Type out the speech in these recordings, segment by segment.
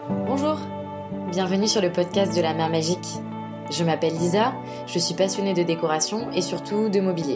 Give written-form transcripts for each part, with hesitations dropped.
Bonjour, bienvenue sur le podcast de la mer magique. Je m'appelle Lisa, je suis passionnée de décoration et surtout de mobilier.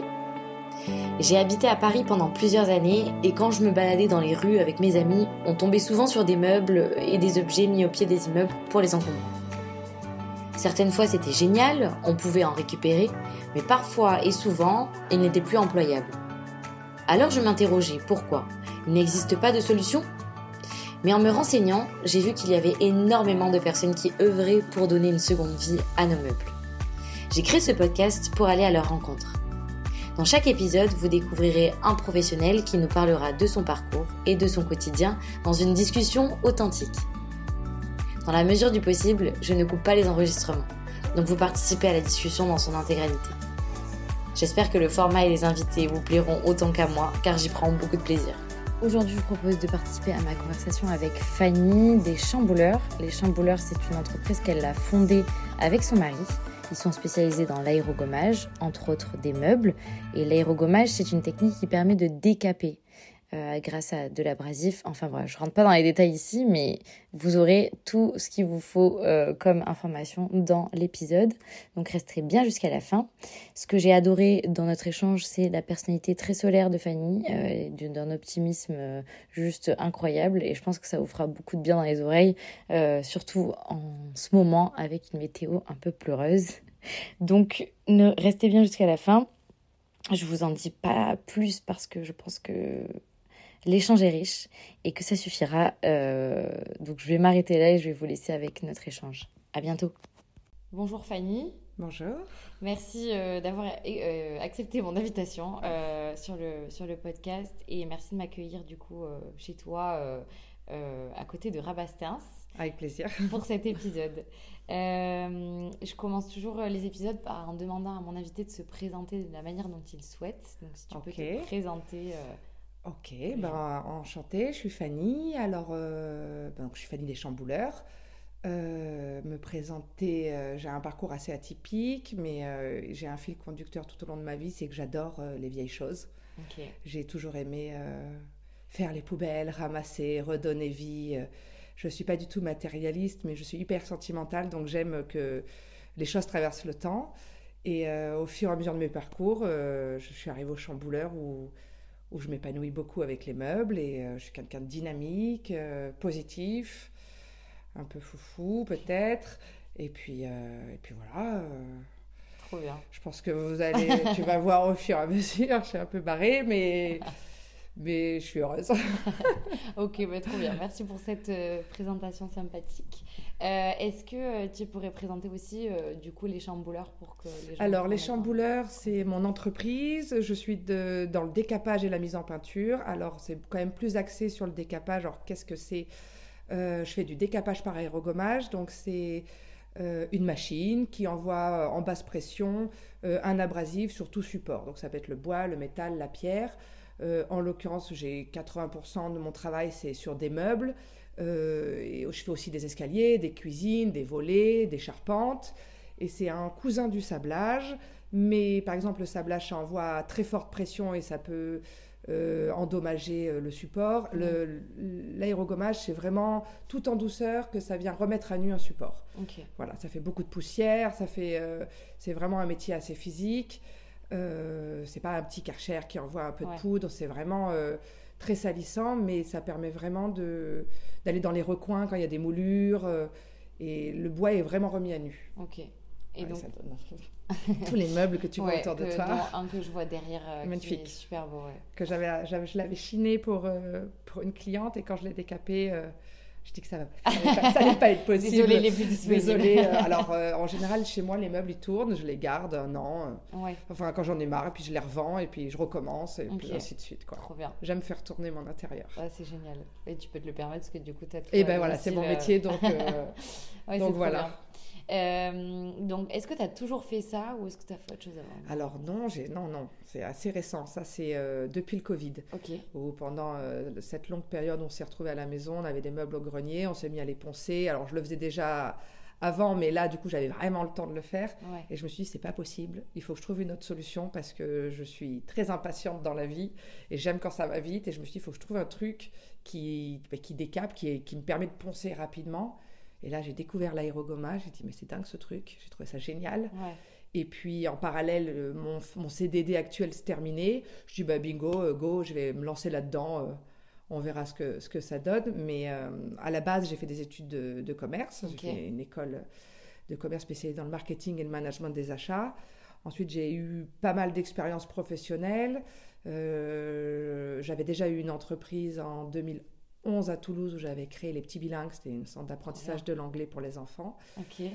J'ai habité à Paris pendant plusieurs années et quand je me baladais dans les rues avec mes amis, on tombait souvent sur des meubles et des objets mis au pied des immeubles pour les encombrer. Certaines fois c'était génial, on pouvait en récupérer, mais parfois et souvent, ils n'étaient plus employables. Alors je m'interrogeais, pourquoi ? Il n'existe pas de solution ? Mais en me renseignant, j'ai vu qu'il y avait énormément de personnes qui œuvraient pour donner une seconde vie à nos meubles. J'ai créé ce podcast pour aller à leur rencontre. Dans chaque épisode, vous découvrirez un professionnel qui nous parlera de son parcours et de son quotidien dans une discussion authentique. Dans la mesure du possible, je ne coupe pas les enregistrements, donc vous participez à la discussion dans son intégralité. J'espère que le format et les invités vous plairont autant qu'à moi, car j'y prends beaucoup de plaisir. Aujourd'hui, je vous propose de participer à ma conversation avec Fanny des Chambouleurs. Les Chambouleurs, c'est une entreprise qu'elle a fondée avec son mari. Ils sont spécialisés dans l'aérogommage, entre autres des meubles. Et l'aérogommage, c'est une technique qui permet de décaper grâce à de l'abrasif. Enfin voilà, je ne rentre pas dans les détails ici, mais vous aurez tout ce qu'il vous faut comme information dans l'épisode. Donc restez bien jusqu'à la fin. Ce que j'ai adoré dans notre échange, c'est la personnalité très solaire de Fanny, d'un optimisme juste incroyable. Et je pense que ça vous fera beaucoup de bien dans les oreilles, surtout en ce moment avec une météo un peu pleureuse. Donc restez bien jusqu'à la fin. Je vous en dis pas plus parce que je pense que l'échange est riche et que ça suffira. Donc je vais m'arrêter là et je vais vous laisser avec notre échange. À bientôt. Bonjour Fanny. Bonjour. Merci d'avoir accepté mon invitation sur le podcast et merci de m'accueillir du coup chez toi à côté de Rabastens. Avec plaisir. Pour cet épisode. Je commence toujours les épisodes en demandant à mon invité de se présenter de la manière dont il souhaite. Donc si tu peux te présenter. Ok, enchantée, je suis Fanny. Alors, je suis Fanny des Chambouleurs. Me présenter, j'ai un parcours assez atypique, mais j'ai un fil conducteur tout au long de ma vie, c'est que j'adore les vieilles choses. Okay. J'ai toujours aimé faire les poubelles, ramasser, redonner vie. Je ne suis pas du tout matérialiste, mais je suis hyper sentimentale, donc j'aime que les choses traversent le temps. Et au fur et à mesure de mes parcours, je suis arrivée au Chambouleur où je m'épanouis beaucoup avec les meubles et je suis quelqu'un de dynamique, positif, un peu foufou peut-être. Et puis voilà. Trop bien. Je pense que tu vas voir au fur et à mesure, je suis un peu barrée, mais je suis heureuse. Ok, trop bien. Merci pour cette présentation sympathique. Est-ce que tu pourrais présenter aussi du coup les Chambouleurs pour que les gens... Alors les Chambouleurs, c'est mon entreprise. Je suis dans le décapage et la mise en peinture. Alors c'est quand même plus axé sur le décapage. Alors qu'est-ce que c'est ? Je fais du décapage par aérogommage. Donc c'est une machine qui envoie en basse pression un abrasif sur tout support. Donc ça peut être le bois, le métal, la pierre. En l'occurrence, j'ai 80% de mon travail, c'est sur des meubles. Et je fais aussi des escaliers, des cuisines, des volets, des charpentes. Et c'est un cousin du sablage. Mais par exemple, le sablage, ça envoie à très forte pression et ça peut endommager le support. L'aérogommage, c'est vraiment tout en douceur que ça vient remettre à nu un support. Okay. Voilà, ça fait beaucoup de poussière, c'est vraiment un métier assez physique. C'est pas un petit Karcher qui envoie un peu de poudre, c'est vraiment très salissant, mais ça permet vraiment d'aller dans les recoins quand il y a des moulures et le bois est vraiment remis à nu. Ok. Et donc ça donne tous les meubles que tu vois autour de toi. Un que je vois derrière magnifique. Qui est super beau. Ouais. Que je l'avais chiné pour une cliente et quand je l'ai décapé, je dis que ça n'allait pas être possible. Désolée, les plus disponibles. Désolée. Alors, en général, chez moi, les meubles, ils tournent, je les garde un an. Enfin, quand j'en ai marre, et puis je les revends, et puis je recommence, et puis ainsi de suite. Quoi. Trop bien. J'aime faire tourner mon intérieur. Ouais, c'est génial. Et tu peux te le permettre, parce que du coup, tu as tout. Et ben voilà, c'est mon métier, donc voilà. Donc, est-ce que tu as toujours fait ça ou est-ce que tu as fait autre chose avant ? Alors non, c'est assez récent. Ça, c'est depuis le Covid. Okay. Où pendant cette longue période, on s'est retrouvés à la maison, on avait des meubles au grenier, on s'est mis à les poncer. Alors, je le faisais déjà avant, mais là, du coup, j'avais vraiment le temps de le faire. Ouais. Et je me suis dit, c'est pas possible, il faut que je trouve une autre solution parce que je suis très impatiente dans la vie et j'aime quand ça va vite. Et je me suis dit, il faut que je trouve un truc qui décape, qui me permet de poncer rapidement. Et là, j'ai découvert l'aérogommage. J'ai dit, mais c'est dingue ce truc, j'ai trouvé ça génial. Ouais. Et puis, en parallèle, mon CDD actuel s'est terminé. Je dis, bah, bingo, go, je vais me lancer là-dedans. On verra ce que ça donne. Mais à la base, j'ai fait des études de commerce. Ok. J'ai fait une école de commerce spécialisée dans le marketing et le management des achats. Ensuite, j'ai eu pas mal d'expériences professionnelles. J'avais déjà eu une entreprise en 2011 à Toulouse où j'avais créé les petits bilingues. C'était une centre d'apprentissage de l'anglais pour les enfants. Ok.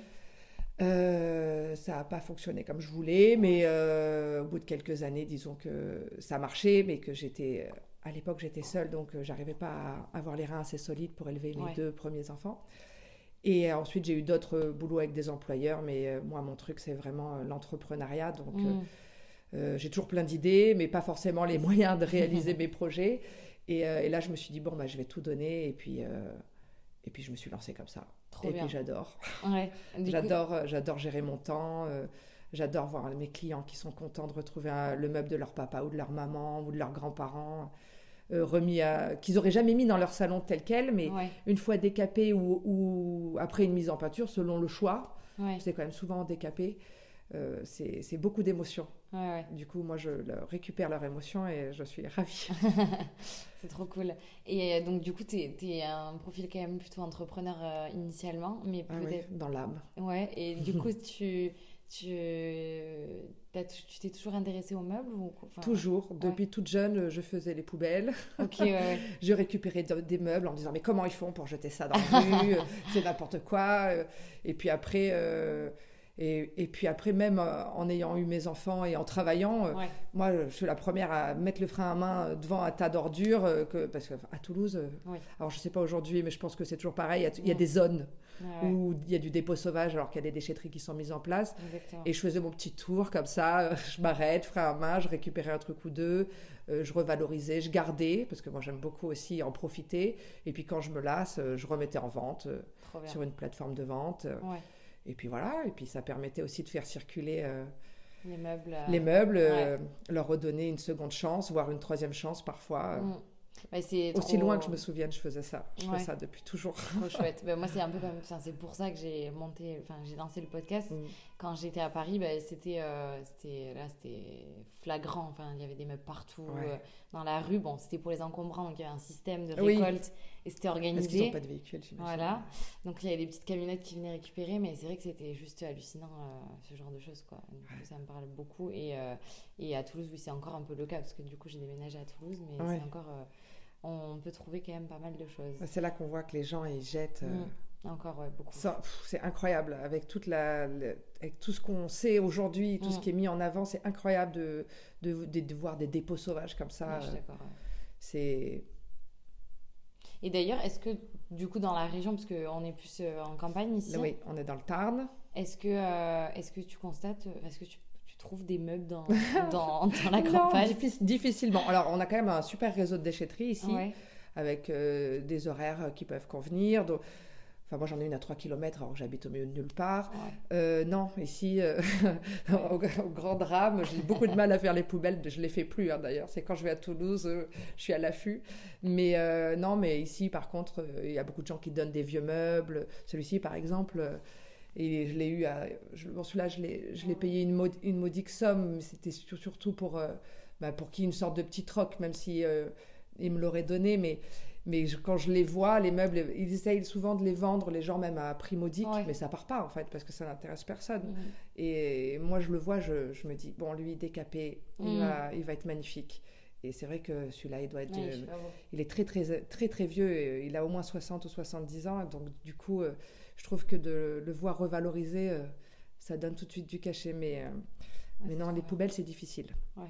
Ça n'a pas fonctionné comme je voulais, mais au bout de quelques années, disons que ça marchait, mais que à l'époque, j'étais seule, donc j'arrivais pas à avoir les reins assez solides pour élever mes 2 premiers enfants. Et ensuite, j'ai eu d'autres boulots avec des employeurs, mais moi, mon truc, c'est vraiment l'entrepreneuriat, donc j'ai toujours plein d'idées, mais pas forcément les moyens de réaliser mes projets. Et là, je me suis dit, bon, bah, je vais tout donner, et puis je me suis lancée comme ça. Trop bien. Puis j'adore. Ouais. J'adore gérer mon temps. J'adore voir mes clients qui sont contents de retrouver le meuble de leur papa ou de leur maman ou de leurs grands-parents qu'ils n'auraient jamais mis dans leur salon tel quel, mais une fois décapé ou après une mise en peinture, selon le choix, c'est quand même souvent décapé. C'est beaucoup d'émotions. Du coup, moi, je récupère leurs émotions et je suis ravie. C'est trop cool. Et donc, du coup, t'es un profil quand même plutôt entrepreneur initialement, mais peut-être... Oui, dans l'âme. Ouais, et du coup, tu t'es toujours intéressée aux meubles Toujours. Depuis toute jeune, je faisais les poubelles. Ok, Je récupérais des meubles en me disant, mais comment ils font pour jeter ça dans la rue? C'est n'importe quoi. Et puis après... Et puis après, même en ayant eu mes enfants et en travaillant, moi, je suis la première à mettre le frein à main devant un tas d'ordures. Parce qu'à Toulouse, alors je ne sais pas aujourd'hui, mais je pense que c'est toujours pareil, il y a des zones où il y a du dépôt sauvage alors qu'il y a des déchetteries qui sont mises en place. Exactement. Et je faisais mon petit tour comme ça, je m'arrête, frein à main, je récupérais un truc ou deux, je revalorisais, je gardais, parce que moi j'aime beaucoup aussi en profiter. Et puis quand je me lasse, je remettais en vente sur une plateforme de vente. Et puis voilà, et puis ça permettait aussi de faire circuler les meubles, leur redonner une seconde chance, voire une troisième chance parfois. Aussi loin que je me souvienne, je faisais ça. Je fais ça depuis toujours. Trop chouette. Moi, c'est un peu comme... c'est pour ça que j'ai lancé le podcast. Quand j'étais à Paris, c'était flagrant. Il y avait des meubles partout dans la rue. Bon, c'était pour les encombrants, donc il y avait un système de récolte et c'était organisé. Parce qu'ils n'ont pas de véhicule, j'imagine. Voilà. Donc il y avait des petites camionnettes qui venaient récupérer, mais c'est vrai que c'était juste hallucinant, ce genre de choses, quoi. Donc, ça me parle beaucoup. Et à Toulouse, oui, c'est encore un peu le cas, parce que du coup, j'ai déménagé à Toulouse, mais c'est encore... on peut trouver quand même pas mal de choses. C'est là qu'on voit que les gens, ils jettent... Encore, beaucoup. C'est incroyable. Avec avec tout ce qu'on sait aujourd'hui, tout ce qui est mis en avant, c'est incroyable de voir des dépôts sauvages comme ça. Je suis d'accord. C'est... Et d'ailleurs, est-ce que, du coup, dans la région, parce qu'on est plus en campagne ici... Oui, on est dans le Tarn. Est-ce que tu constates... Est-ce que tu trouves des meubles dans la campagne? Non, difficilement. Alors, on a quand même un super réseau de déchetterie ici, avec des horaires qui peuvent convenir. Donc, moi, j'en ai une à 3 km, alors que j'habite au milieu de nulle part. Non, ici, au grand drame, j'ai beaucoup de mal à faire les poubelles. Je ne les fais plus, d'ailleurs. C'est quand je vais à Toulouse, je suis à l'affût. Mais non, mais ici, par contre, il y a beaucoup de gens qui donnent des vieux meubles. Celui-ci, par exemple... Et je l'ai eu celui-là, je l'ai payé une modique somme, mais c'était surtout pour qu'il y ait une sorte de petit troc, même si il me l'aurait donné. Mais quand je les vois, les meubles, ils essayent souvent de les vendre, les gens même à prix modique, mais ça part pas en fait, parce que ça n'intéresse personne. Et moi, je le vois, je me dis, bon, lui, décapé, il va être magnifique. Et c'est vrai que celui-là, il doit être... il est très, très, très, très vieux, il a au moins 60 ou 70 ans, donc du coup... je trouve que de le voir revalorisé, ça donne tout de suite du cachet. Mais non, les poubelles, c'est difficile.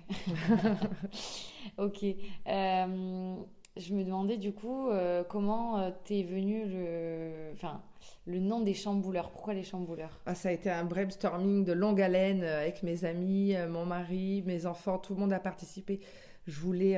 Ok. Je me demandais du coup comment t'es venu le nom des chambouleurs. Pourquoi les chambouleurs? Ça a été un brainstorming de longue haleine avec mes amis, mon mari, mes enfants. Tout le monde a participé. Je voulais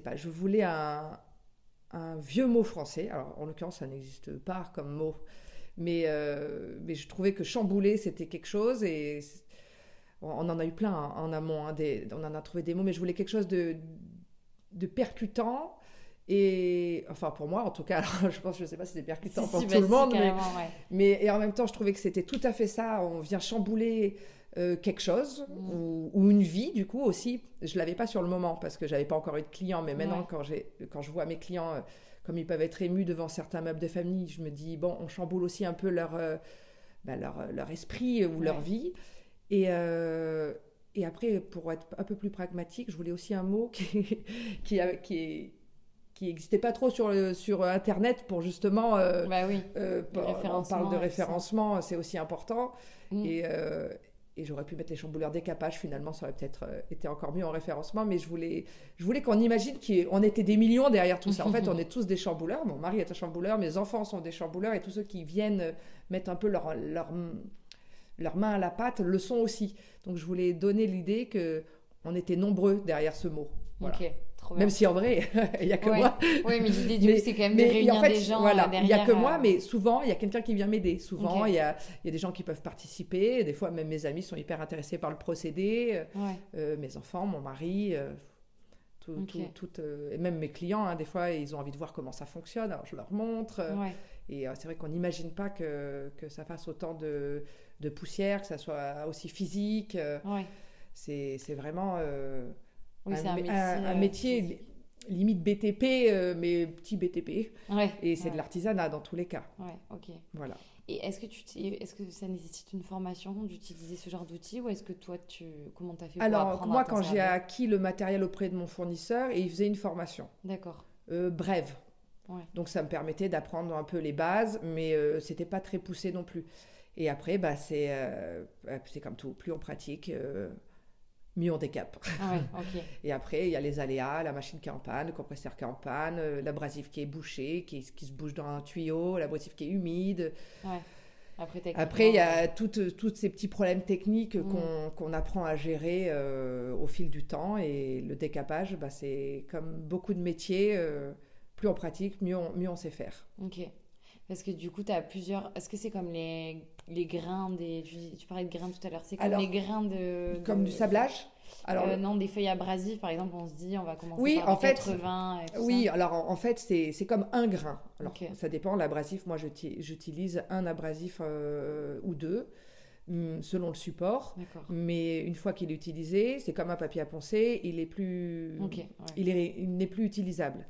un vieux mot français. Alors, en l'occurrence, ça n'existe pas comme mot. Mais je trouvais que chambouler, c'était quelque chose. Et on en a eu plein en amont. On en a trouvé des mots, mais je voulais quelque chose de percutant. Et enfin, pour moi, en tout cas, alors, je ne sais pas si c'est percutant pour tout le monde, mais en même temps, je trouvais que c'était tout à fait ça. On vient chambouler quelque chose ou une vie, du coup, aussi. Je ne l'avais pas sur le moment parce que je n'avais pas encore eu de clients, mais maintenant, quand je vois mes clients, comme ils peuvent être émus devant certains meubles de famille, je me dis, bon, on chamboule aussi un peu leur esprit ou leur vie. Et après, pour être un peu plus pragmatique, je voulais aussi un mot qui n'existait pas trop sur Internet pour justement... on parle de référencement, c'est aussi important. Et j'aurais pu mettre les chambouleurs décapage, finalement, ça aurait peut-être été encore mieux en référencement, mais je voulais qu'on imagine qu'on était des millions derrière tout ça. En fait, on est tous des chambouleurs. Mon mari est un chambouleur, mes enfants sont des chambouleurs, et tous ceux qui viennent mettre un peu leur main à la pâte le sont aussi. Donc, je voulais donner l'idée qu'on était nombreux derrière ce mot. Voilà. Ok, trop bien. Même si en vrai, il n'y a que moi. Oui, mais l'idée du coup, c'est quand même de réunir des gens derrière. Il n'y a que moi, mais souvent, il y a quelqu'un qui vient m'aider. Souvent, il y a des gens qui peuvent participer. Des fois, même mes amis sont hyper intéressés par le procédé. Mes enfants, mon mari, et même mes clients, des fois, ils ont envie de voir comment ça fonctionne. Alors, je leur montre. Et c'est vrai qu'on n'imagine pas que ça fasse autant de poussière, que ça soit aussi physique. C'est vraiment... un métier limite BTP, mais petit BTP. Et c'est de l'artisanat dans tous les cas. Voilà. Et est-ce que ça nécessite une formation d'utiliser ce genre d'outils ou est-ce que toi, comment tu as fait pour apprendre? Alors, moi, quand j'ai acquis le matériel auprès de mon fournisseur, il faisait une formation. D'accord. Brève. Donc, ça me permettait d'apprendre un peu les bases, mais c'était pas très poussé non plus. Et après, c'est comme tout. Plus on pratique... mieux on décape. Et après, il y a les aléas, la machine qui est en panne, le compresseur qui est en panne, l'abrasif qui est bouché, qui se bouge dans un tuyau, l'abrasif qui est humide. Après, il y a toutes ces petits problèmes techniques qu'on apprend à gérer au fil du temps. Et le décapage, c'est comme beaucoup de métiers, plus on pratique, mieux on sait faire. Ok. Parce que du coup, tu as plusieurs... Est-ce que c'est comme les grains des... Tu parlais de grains tout à l'heure. C'est comme les grains de... Comme du sablage? Non, des feuilles abrasives, par exemple, on se dit, on va commencer par 80 et tout ça. Alors en fait, c'est comme un grain. Alors, ça dépend, l'abrasif, moi, j'utilise un abrasif ou deux, selon le support. Mais une fois qu'il est utilisé, c'est comme un papier à poncer, il n'est plus utilisable.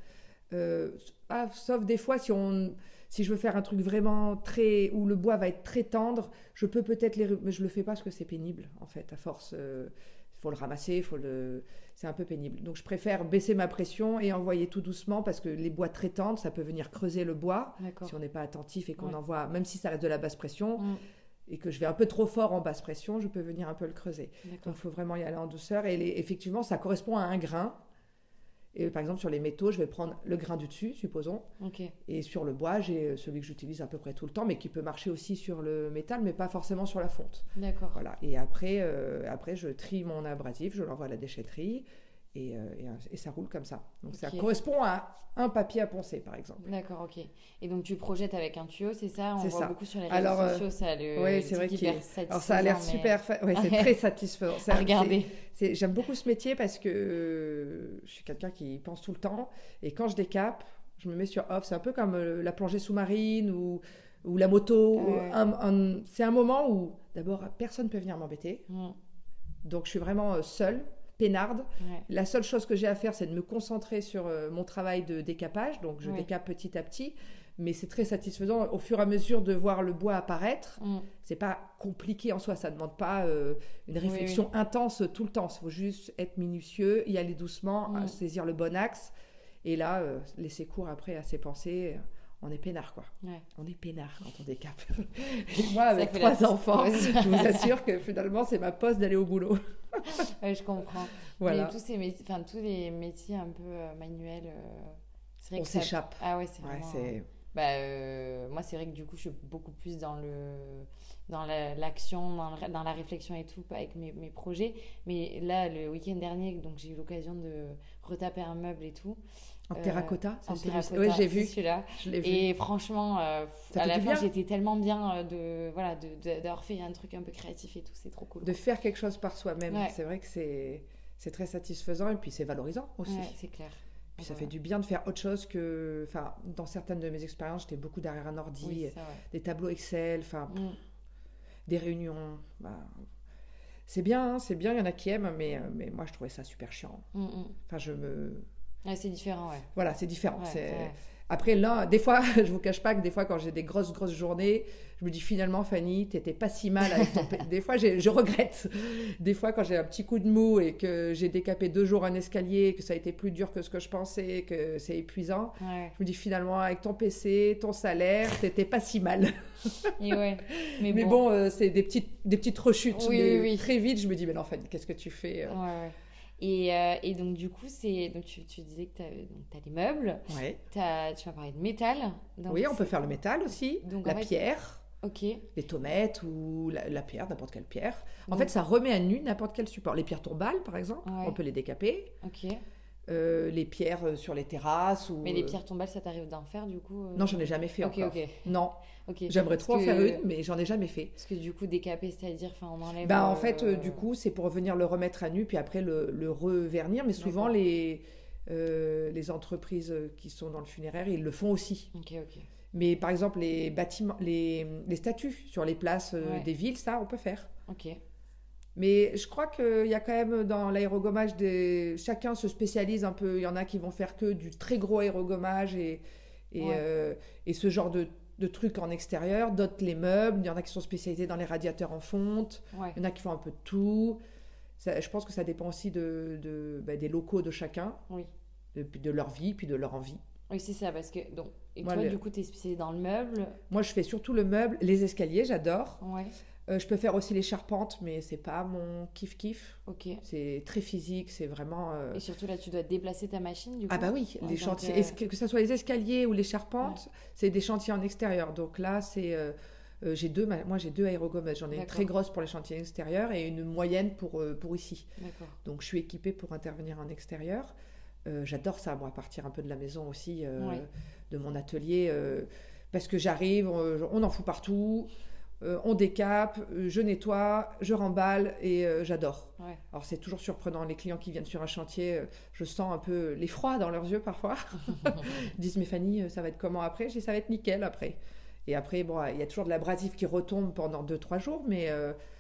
Sauf des fois, si je veux faire un truc vraiment où le bois va être très tendre, je peux peut-être mais je le fais pas parce que c'est pénible, en fait, à force. Faut le ramasser, c'est un peu pénible. Donc, je préfère baisser ma pression et envoyer tout doucement parce que les bois très tendres, ça peut venir creuser le bois si on n'est pas attentif et qu'on envoie, même si ça reste de la basse pression et que je vais un peu trop fort en basse pression, je peux venir un peu le creuser. Donc, il faut vraiment y aller en douceur. Et effectivement, ça correspond à un grain. Et par exemple, sur les métaux, je vais prendre le grain du dessus, supposons. Et sur le bois, j'ai celui que j'utilise à peu près tout le temps, mais qui peut marcher aussi sur le métal, mais pas forcément sur la fonte. Voilà. Et après, je trie mon abrasif, je l'envoie à la déchetterie, et ça roule comme ça. Donc, ça correspond à un papier à poncer, par exemple. D'accord, ok. Et donc, tu projettes avec un tuyau, c'est ça? On voit beaucoup sur les réseaux sociaux, ça a le... Oui, c'est vrai alors, ça a l'air super... c'est très satisfaisant. À regarder. J'aime beaucoup ce métier parce que je suis quelqu'un qui pense tout le temps. Et quand je décape, je me mets sur off. C'est un peu comme la plongée sous-marine ou la moto. C'est un moment où, d'abord, personne ne peut venir m'embêter. Donc, je suis vraiment seule, peinarde. La seule chose que j'ai à faire, c'est de me concentrer sur mon travail de décapage. Donc, je décape petit à petit. Mais c'est très satisfaisant au fur et à mesure de voir le bois apparaître. C'est pas compliqué en soi, ça ne demande pas une réflexion intense tout le temps. Il faut juste être minutieux, y aller doucement, saisir le bon axe. Et là, laisser cours après à ses pensées. On est peinard, quoi. On est peinard quand on décape. Et moi, avec 3 enfants, je vous assure que finalement, c'est ma pause d'aller au boulot. Je comprends. Voilà. Mais tous les métiers un peu manuels, c'est vrai on s'échappe. Ah ouais, c'est vraiment... moi, c'est vrai que du coup, je suis beaucoup plus dans l'action, dans la réflexion et tout, avec mes projets. Mais là, le week-end dernier, donc, j'ai eu l'occasion de retaper un meuble et tout. En terracotta, en terracotta, oui, j'ai vu. Celui-là. Je l'ai vu. Et franchement, à la fin, bien. j'étais tellement bien d'avoir fait un truc un peu créatif et tout, c'est trop cool. De faire quelque chose par soi-même, Ouais. c'est vrai que c'est très satisfaisant et puis c'est valorisant aussi. Ouais, c'est clair. Puis ça fait du bien de faire autre chose que... Enfin, dans certaines de mes expériences, j'étais beaucoup derrière un ordi, Oui, ça, ouais. des tableaux Excel, des réunions. C'est bien, il y en a qui aiment, mais moi je trouvais ça super chiant. Enfin, Ouais, c'est différent, ouais. Voilà, c'est différent. Ouais. Après, là, des fois, je vous cache pas que des fois, quand j'ai des grosses journées, je me dis finalement, Fanny, t'étais pas si mal avec ton... Des fois, je regrette. Des fois, quand j'ai un petit coup de mou et que j'ai décapé 2 jours un escalier, que ça a été plus dur que ce que je pensais, que c'est épuisant, je me dis finalement, avec ton PC, ton salaire, t'étais pas si mal. Et ouais. Mais bon, c'est des petites rechutes. Oui. Très vite, je me dis, mais non, Fanny, qu'est-ce que tu fais Ouais. Et donc, du coup, donc tu disais que tu as les meubles. Ouais. Tu m'as parlé de métal. Donc oui, on peut faire le métal aussi. Donc, la pierre. Ok. Les tomates ou la pierre, n'importe quelle pierre. En fait, ça remet à nu n'importe quel support. Les pierres tombales, par exemple, on peut les décaper. Ok. Les pierres sur les terrasses. Mais les pierres tombales, ça t'arrive d'en faire du coup Non, j'en ai jamais fait encore. Ok. Non. Okay. J'aimerais trop en faire une, mais j'en ai jamais fait. Parce que du coup, décaper, c'est-à-dire, on enlève... En fait, du coup, c'est pour venir le remettre à nu, puis après le revernir. Mais souvent, les entreprises qui sont dans le funéraire, ils le font aussi. Ok. Mais par exemple, les bâtiments, les statues sur les places des villes, ça, on peut faire. Ok. Mais je crois qu'il y a quand même dans l'aérogommage, chacun se spécialise un peu. Il y en a qui vont faire que du très gros aérogommage et ce genre de trucs en extérieur. D'autres, les meubles. Il y en a qui sont spécialisés dans les radiateurs en fonte. Il y en a qui font un peu de tout. Ça, je pense que ça dépend aussi des locaux de chacun, de leur vie, puis de leur envie. Oui, c'est ça, parce que... toi, du coup, tu es spécialisée dans le meuble. Moi, je fais surtout le meuble, les escaliers, j'adore. Ouais. Je peux faire aussi les charpentes, mais c'est pas mon kiff-kiff. Ok. C'est très physique, c'est vraiment... Et surtout, là, tu dois déplacer ta machine, du coup. Ah bah oui, les chantiers, que ce soit les escaliers ou les charpentes, c'est des chantiers en extérieur. Donc là, c'est... j'ai 2 aérogommeuses. J'en ai une très grosse pour les chantiers extérieurs et une moyenne pour ici. D'accord. Donc je suis équipée pour intervenir en extérieur. J'adore ça, moi, partir un peu de la maison aussi, de mon atelier, parce que j'arrive, on en fout partout, on décape, je nettoie, je remballe et j'adore. Ouais. Alors c'est toujours surprenant, les clients qui viennent sur un chantier, je sens un peu l'effroi dans leurs yeux parfois. Ils disent, mais Fanny, ça va être comment après ? Je dis, ça va être nickel après. Et après, bon, il y a toujours de l'abrasif qui retombe pendant 2-3 jours, mais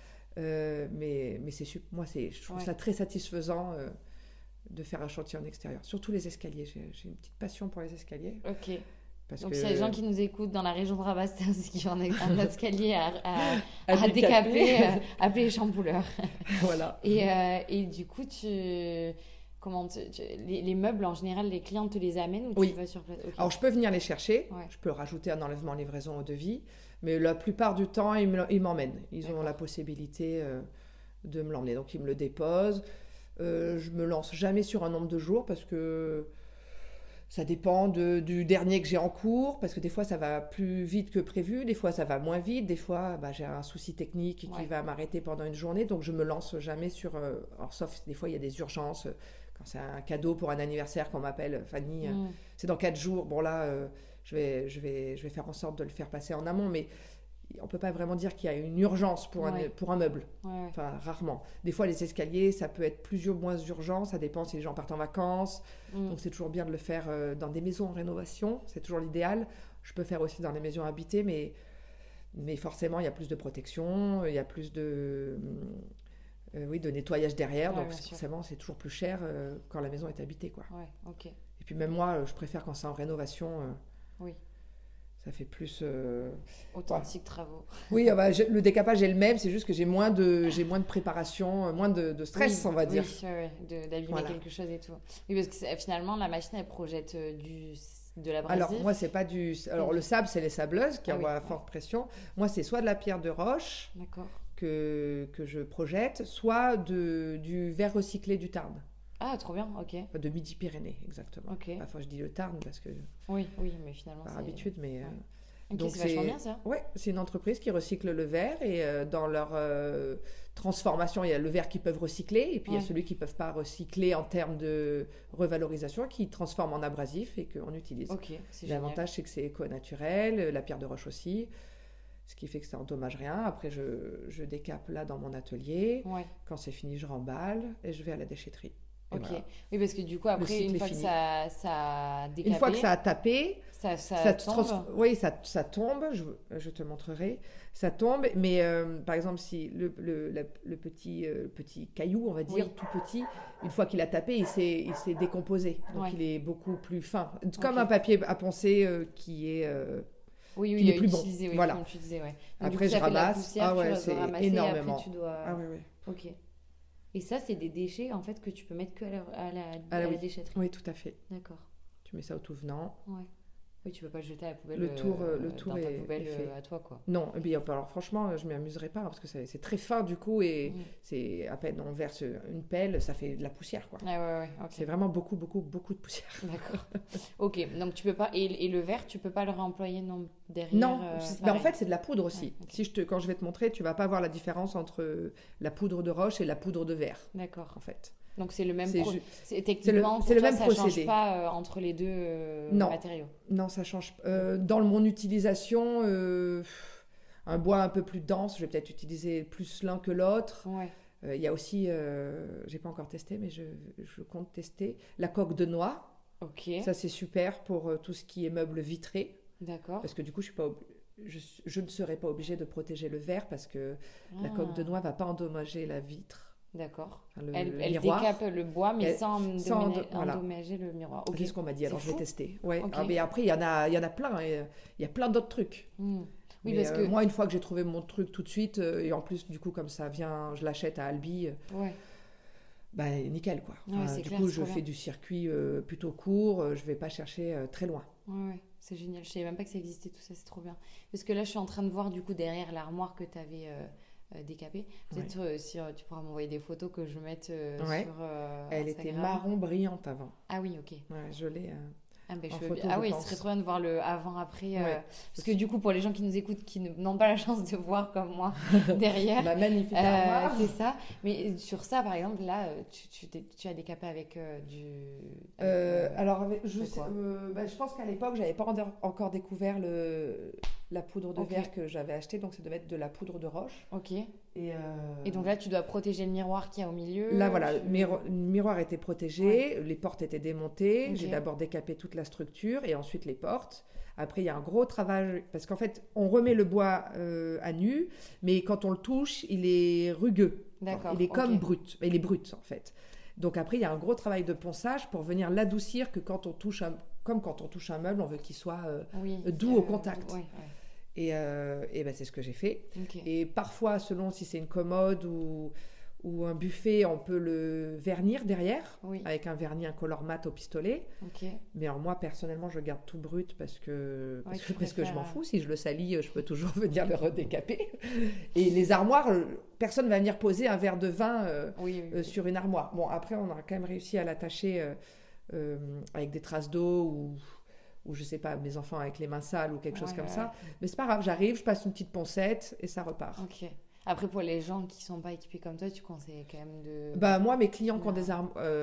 c'est super. Moi, je trouve ça très satisfaisant de faire un chantier en extérieur. Surtout les escaliers. J'ai une petite passion pour les escaliers. Ok. Donc, s'il y a des gens qui nous écoutent dans la région de Rabastens qui ont un escalier à décaper, appelez les chambouleurs. Voilà. Et du coup, les meubles, en général, les clients te les amènent ou tu vas sur place? Okay. Alors, je peux venir les chercher. Ouais. Je peux rajouter un enlèvement livraison au devis. Mais la plupart du temps, ils m'emmènent. Ils ont la possibilité de me l'emmener. Donc, ils me le déposent. Je me lance jamais sur un nombre de jours parce que ça dépend du dernier que j'ai en cours, parce que des fois ça va plus vite que prévu, des fois ça va moins vite, des fois j'ai un souci technique qui va m'arrêter pendant une journée, donc je me lance jamais sur... alors sauf des fois il y a des urgences, quand c'est un cadeau pour un anniversaire qu'on m'appelle, Fanny, c'est dans 4 jours, bon là je vais faire en sorte de le faire passer en amont, mais on ne peut pas vraiment dire qu'il y a une urgence pour un meuble. Enfin, rarement. Des fois, les escaliers, ça peut être plus ou moins urgent. Ça dépend si les gens partent en vacances. Donc, c'est toujours bien de le faire dans des maisons en rénovation. C'est toujours l'idéal. Je peux faire aussi dans les maisons habitées, mais forcément, il y a plus de protection. Il y a plus de nettoyage derrière. Donc, forcément, c'est toujours plus cher quand la maison est habitée, quoi. Ouais, ok. Et puis, même moi, je préfère quand c'est en rénovation. Ça fait plus... authentique travaux. Oui, le décapage est le même, c'est juste que j'ai moins de préparation, moins de stress, on va dire. Oui, d'abîmer quelque chose et tout. Oui, parce que finalement, la machine, elle projette de l'abrasif. Alors, moi, c'est pas du... Alors, le sable, c'est les sableuses qui envoient à forte pression. Moi, c'est soit de la pierre de roche que je projette, soit du verre recyclé du Tarn. Ah, trop bien, ok. De Midi-Pyrénées, exactement. Okay. Enfin, je dis le Tarn parce que... Oui, mais finalement, par habitude, mais... Ok, Donc c'est vachement bien ça. ouais, c'est une entreprise qui recycle le verre et dans leur transformation, il y a le verre qu'ils peuvent recycler et puis il y a celui qu'ils ne peuvent pas recycler en termes de revalorisation qu'ils transforment en abrasif et qu'on utilise. Ok, c'est génial. L'avantage, c'est que c'est éco-naturel, la pierre de roche aussi, ce qui fait que ça n'endommage rien. Après, je décape là dans mon atelier. Ouais. Quand c'est fini, je remballe et je vais à la déchetterie. Et Ok. voilà. Oui, parce que du coup, après, cycle une est fois que fini. ça a décapé, Une fois que ça a tapé, ça tombe. Oui, ça tombe, je te montrerai. Ça tombe, mais par exemple, si le petit caillou, on va dire, Oui. tout petit, une fois qu'il a tapé, il s'est décomposé. Donc Ouais. il est beaucoup plus fin. Comme un papier à poncer qui est... Oui, qu'il est plus bon. utilisé, oui, Voilà. comme tu disais, ouais. Donc, Après, du coup, je ça fait de la ramasse. poussière, Ah ouais, tu dois c'est ramasser, énormément. Et après, tu dois... Ah oui, oui. Ok. Et ça, c'est des déchets, en fait, que tu peux mettre que à Ah, la oui. déchetterie. Oui, tout à fait. D'accord. Tu mets ça au tout venant. Ouais. Oui, tu peux pas le jeter à la poubelle Le tour dans ta est poubelle fait. à toi, quoi. Non, et puis, alors franchement, je ne m'y amuserai pas parce que c'est très fin du coup et c'est à peine on verse une pelle, ça fait de la poussière quoi. Ah ouais, ok. C'est vraiment beaucoup de poussière. D'accord. Ok, donc tu peux pas... Et le verre, tu peux pas le réemployer non, derrière Non, c'est bah, en pareil. fait c'est de la poudre aussi. Ouais, ok. Quand je vais te montrer, tu vas pas voir la différence entre la poudre de roche et la poudre de verre D'accord. en fait. Donc c'est le même C'est techniquement, c'est le pour toi, même ça procédé. change pas entre les deux Non. matériaux. Non, ça change. Dans mon utilisation, un bois un peu plus dense, je vais peut-être utiliser plus l'un que l'autre. Ouais. Il y a aussi, j'ai pas encore testé, mais je compte tester la coque de noix. Ok. Ça, c'est super pour tout ce qui est meubles vitrés. D'accord. Parce que du coup, je ne serai pas obligée de protéger le verre parce que la coque de noix ne va pas endommager la vitre. D'accord. Enfin, le Elle miroir. décape le bois, mais sans voilà. endommager le miroir. Ok. C'est ce qu'on m'a dit, alors je vais tester. Ouais. Ok. Ah, mais après, il y en a plein. Il y a plein d'autres trucs. Oui, Mais, parce que... moi, une fois que j'ai trouvé mon truc tout de suite, et en plus, du coup, comme ça vient, je l'achète à Albi, Ouais. bah, nickel, quoi. Ouais, c'est du clair, coup, c'est je trop fais bien. du circuit plutôt court, je vais pas chercher très loin. Ouais, c'est génial. Je savais même pas que ça existait tout ça, c'est trop bien. Parce que là, je suis en train de voir du coup derrière l'armoire que tu avais décapée. Peut-être si tu pourras m'envoyer des photos que je mette Ouais. sur Elle Instagram. était marron brillante avant. Ah oui, ok. Ouais, je l'ai. Ah, ben, En je veux photo, bien. Ah je oui, ce pense. serait trop bien de voir le avant-après. Ouais. Parce que du coup, pour les gens qui nous écoutent, qui n'ont pas la chance de voir comme moi derrière, Ma magnifique armoire. c'est ça. Mais sur ça, par exemple, là, tu as décapé avec Alors, quoi je pense qu'à l'époque, j'avais pas encore découvert la poudre de Ok. verre que j'avais achetée, donc ça devait être de la poudre de roche. Ok. Et donc là, tu dois protéger le miroir qu'il y a au milieu. là, voilà, tu- le miroir était protégé, les portes étaient démontées. Ok. J'ai d'abord décapé toute la structure et ensuite les portes. Après, il y a un gros travail parce qu'en fait, on remet le bois à nu, mais quand on le touche, il est rugueux. D'accord, Il est comme ok. brut. Il est brut en fait. Donc après, il y a un gros travail de ponçage pour venir l'adoucir que quand on touche comme quand on touche un meuble, on veut qu'il soit Oui, doux au contact. Ouais, Et ben, c'est ce que j'ai fait. ok. Et parfois, selon si c'est une commode ou un buffet, on peut le vernir derrière Oui, avec un vernis incolore mat au pistolet. ok. Mais alors moi, personnellement, je garde tout brut parce que tu je m'en préfères, fous. Si je le salis, je peux toujours venir le redécaper. Et les armoires, personne ne va venir poser un verre de vin Oui, oui, oui. sur une armoire. Bon, après, on a quand même réussi à l'attacher avec des traces d'eau ou je sais pas, mes enfants avec les mains sales ou quelque chose Ouais, comme ouais, ça. Mais c'est pas grave, j'arrive, je passe une petite poncette et ça repart. Ok. Après, pour les gens qui sont pas équipés comme toi, tu conseilles quand même de... Bah, moi, mes clients qui ont Non. des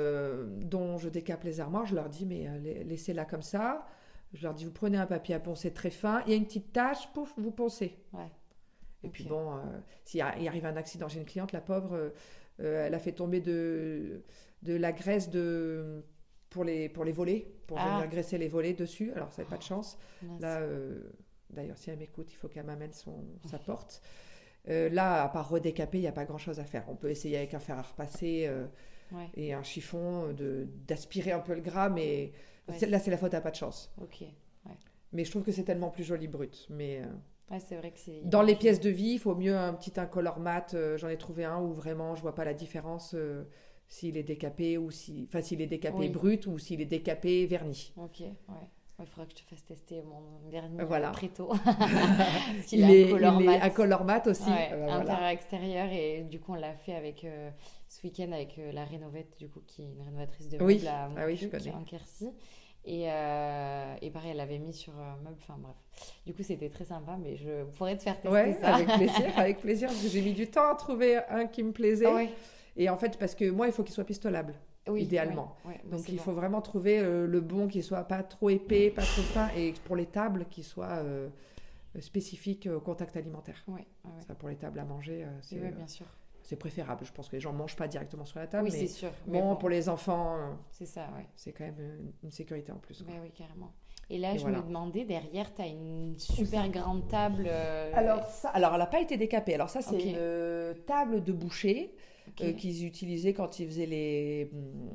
dont je décape les armoires, je leur dis, mais laissez-la comme ça. Je leur dis, vous prenez un papier à poncer très fin, il y a une petite tache, pouf, vous poncez. Ouais. Et Ok. puis bon, s'il arrive un accident, j'ai une cliente, la pauvre, elle a fait tomber de la graisse pour les volets, pour Ah. venir graisser les volets dessus. Alors, ça n'avait pas de chance. Mince. Là, d'ailleurs, si elle m'écoute, il faut qu'elle m'amène sa porte. Là, à part redécaper, il n'y a pas grand-chose à faire. On peut essayer avec un fer à repasser Ouais, et un chiffon d'aspirer un peu le gras, mais Ouais. là, c'est la faute à pas de chance. ok. Mais je trouve que c'est tellement plus joli brut. Mais Ouais, c'est vrai que c'est... dans les pièces de vie, il faut mieux un petit incolore mat. J'en ai trouvé un où vraiment, je vois pas la différence s'il est décapé ou s'il est décapé Oui. brut ou s'il est décapé verni. Ok, ouais. Il faudra que je te fasse tester mon vernis Voilà. Préto. Parce qu'il Il est est incolore mat. incolore mat aussi. Ouais, Voilà. intérieur-extérieur, et du coup on l'a fait avec ce week-end avec la Rénovette, du coup qui est une rénovatrice de Oui. meubles à Ah oui, je Montcuq, connais. en Quercy, et pareil, elle l'avait mis sur un meuble. Enfin bref. Du coup, c'était très sympa, mais je pourrais te faire tester Ouais, ça. avec plaisir, parce que j'ai mis du temps à trouver un qui me plaisait. Ouais. Et en fait, parce que moi, il faut qu'il soit pistolable, idéalement. Ouais, Donc, il faut vraiment trouver le bon qui soit pas trop épais, pas trop fin, et pour les tables, qui soit spécifique au contact alimentaire. Ouais. Ça, pour les tables à manger, c'est, bien sûr. c'est préférable. Je pense que les gens ne mangent pas directement sur la table, Oui, mais c'est sûr. bon, pour les enfants, c'est ça, ouais. c'est quand même une sécurité en plus. Bah oui, carrément. Et là, Et je voilà. me demandais, derrière, tu as une super grande table. Alors, elle n'a pas été décapée. Alors ça, c'est Ok. une table de boucher Ok. qu'ils utilisaient quand ils faisaient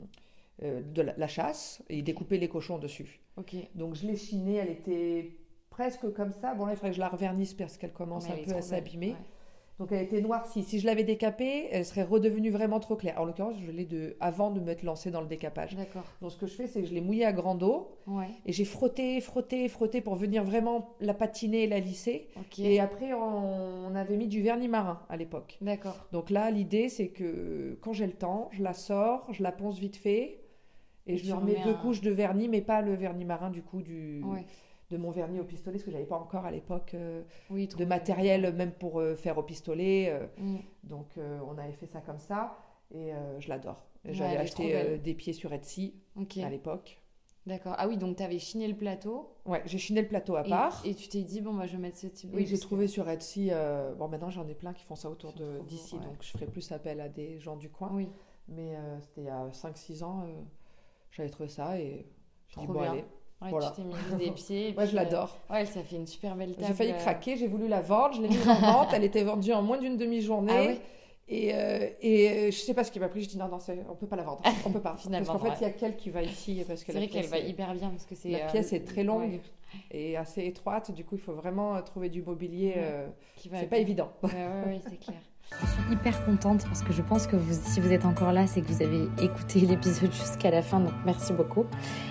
la chasse et ils découpaient les cochons dessus. Ok. Donc je l'ai chinée, elle était presque comme ça. Bon là, il faudrait que je la revernisse parce qu'elle commence Mais un elle est peu à trop belle, s'abîmer. ouais. Donc elle était noircie. Si je l'avais décapée, elle serait redevenue vraiment trop claire. En l'occurrence, je l'ai avant de m'être lancée dans le décapage. D'accord. Donc ce que je fais, c'est que je l'ai mouillée à grande eau Ouais. et j'ai frotté pour venir vraiment la patiner et la lisser. Ok. Et après, on avait mis du vernis marin à l'époque. D'accord. Donc là, l'idée, c'est que quand j'ai le temps, je la sors, je la ponce vite fait et je tu lui remets remets 2 couches de vernis, mais pas le vernis marin du coup Ouais. de mon vernis au pistolet, parce que j'avais pas encore à l'époque Oui, de matériel même pour faire au pistolet. Mm. Donc on avait fait ça comme ça et je l'adore. Ouais, J'avais elle est trop acheté belle. des pieds sur Etsy Ok. à l'époque. D'accord. Ah oui, donc tu avais chiné le plateau. Ouais, j'ai chiné le plateau à part. Et tu t'es dit, bon, bah, je vais mettre ce type de. Oui, j'ai parce que- trouvé sur Etsy. Bon, maintenant j'en ai plein qui font ça autour C'est trop d'ici, beau, ouais. donc je ferai plus appel à des gens du coin. Oui, Mais c'était il y a 5-6 ans, j'avais trouvé ça et j'ai dit trop bon, bien. allez. Ouais, Voilà. tu t'es mis des pieds. et Moi, puis, je l'adore. Ouais, ça fait une super belle table. J'ai failli craquer, j'ai voulu la vendre, je l'ai mise en vente, elle était vendue en moins d'une demi-journée. Ah ouais. Et je sais pas ce qui m'a pris, je dis non, on peut pas la vendre, on peut pas. Finalement, parce qu'en fait, ouais. il y a qu'elle qui va ici. Parce que C'est la vrai qu'elle pièce va est- hyper bien parce que c'est. La pièce est très longue ouais, et assez étroite, du coup, il faut vraiment trouver du mobilier. Ouais. qui va C'est bien. pas évident. Ouais, c'est clair. Je suis hyper contente parce que je pense que si vous êtes encore là, c'est que vous avez écouté l'épisode jusqu'à la fin, donc merci beaucoup.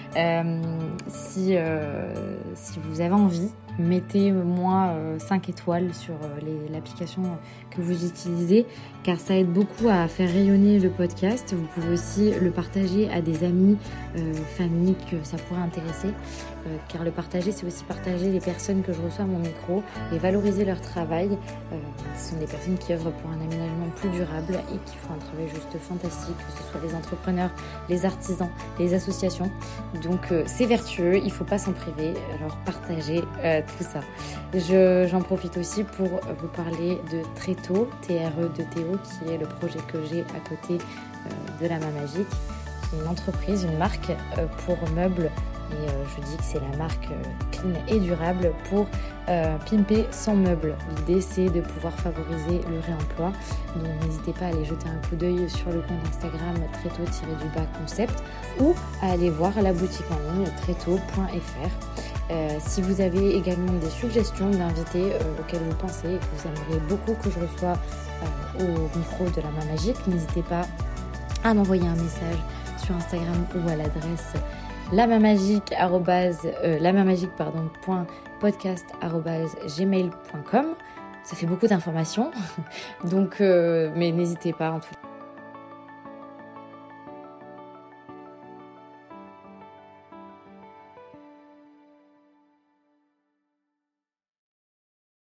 Si vous avez envie, mettez-moi 5 étoiles sur l'application que vous utilisez, car ça aide beaucoup à faire rayonner le podcast. Vous pouvez aussi le partager à des amis, familles que ça pourrait intéresser, car le partager, c'est aussi partager les personnes que je reçois à mon micro et valoriser leur travail. Ce sont des personnes qui œuvrent pour un aménagement plus durable et qui font un travail juste fantastique, que ce soit les entrepreneurs, les artisans, les associations. Donc c'est vertueux, il ne faut pas s'en priver, alors partagez tout ça. J'en profite aussi pour vous parler de Tréto, TRE de Théo, qui est le projet que j'ai à côté de la Main Magique. C'est une entreprise, une marque pour meubles. Et je dis que c'est la marque clean et durable pour pimper son meuble. L'idée, c'est de pouvoir favoriser le réemploi. Donc n'hésitez pas à aller jeter un coup d'œil sur le compte Instagram tréto-concept ou à aller voir la boutique en ligne tréto.fr. Si vous avez également des suggestions d'invités auxquels vous pensez et que vous aimeriez beaucoup que je reçoie au micro de la Main Magique, n'hésitez pas à m'envoyer un message sur Instagram ou à l'adresse podcast@gmail.com. Ça fait beaucoup d'informations, donc mais n'hésitez pas en tout cas.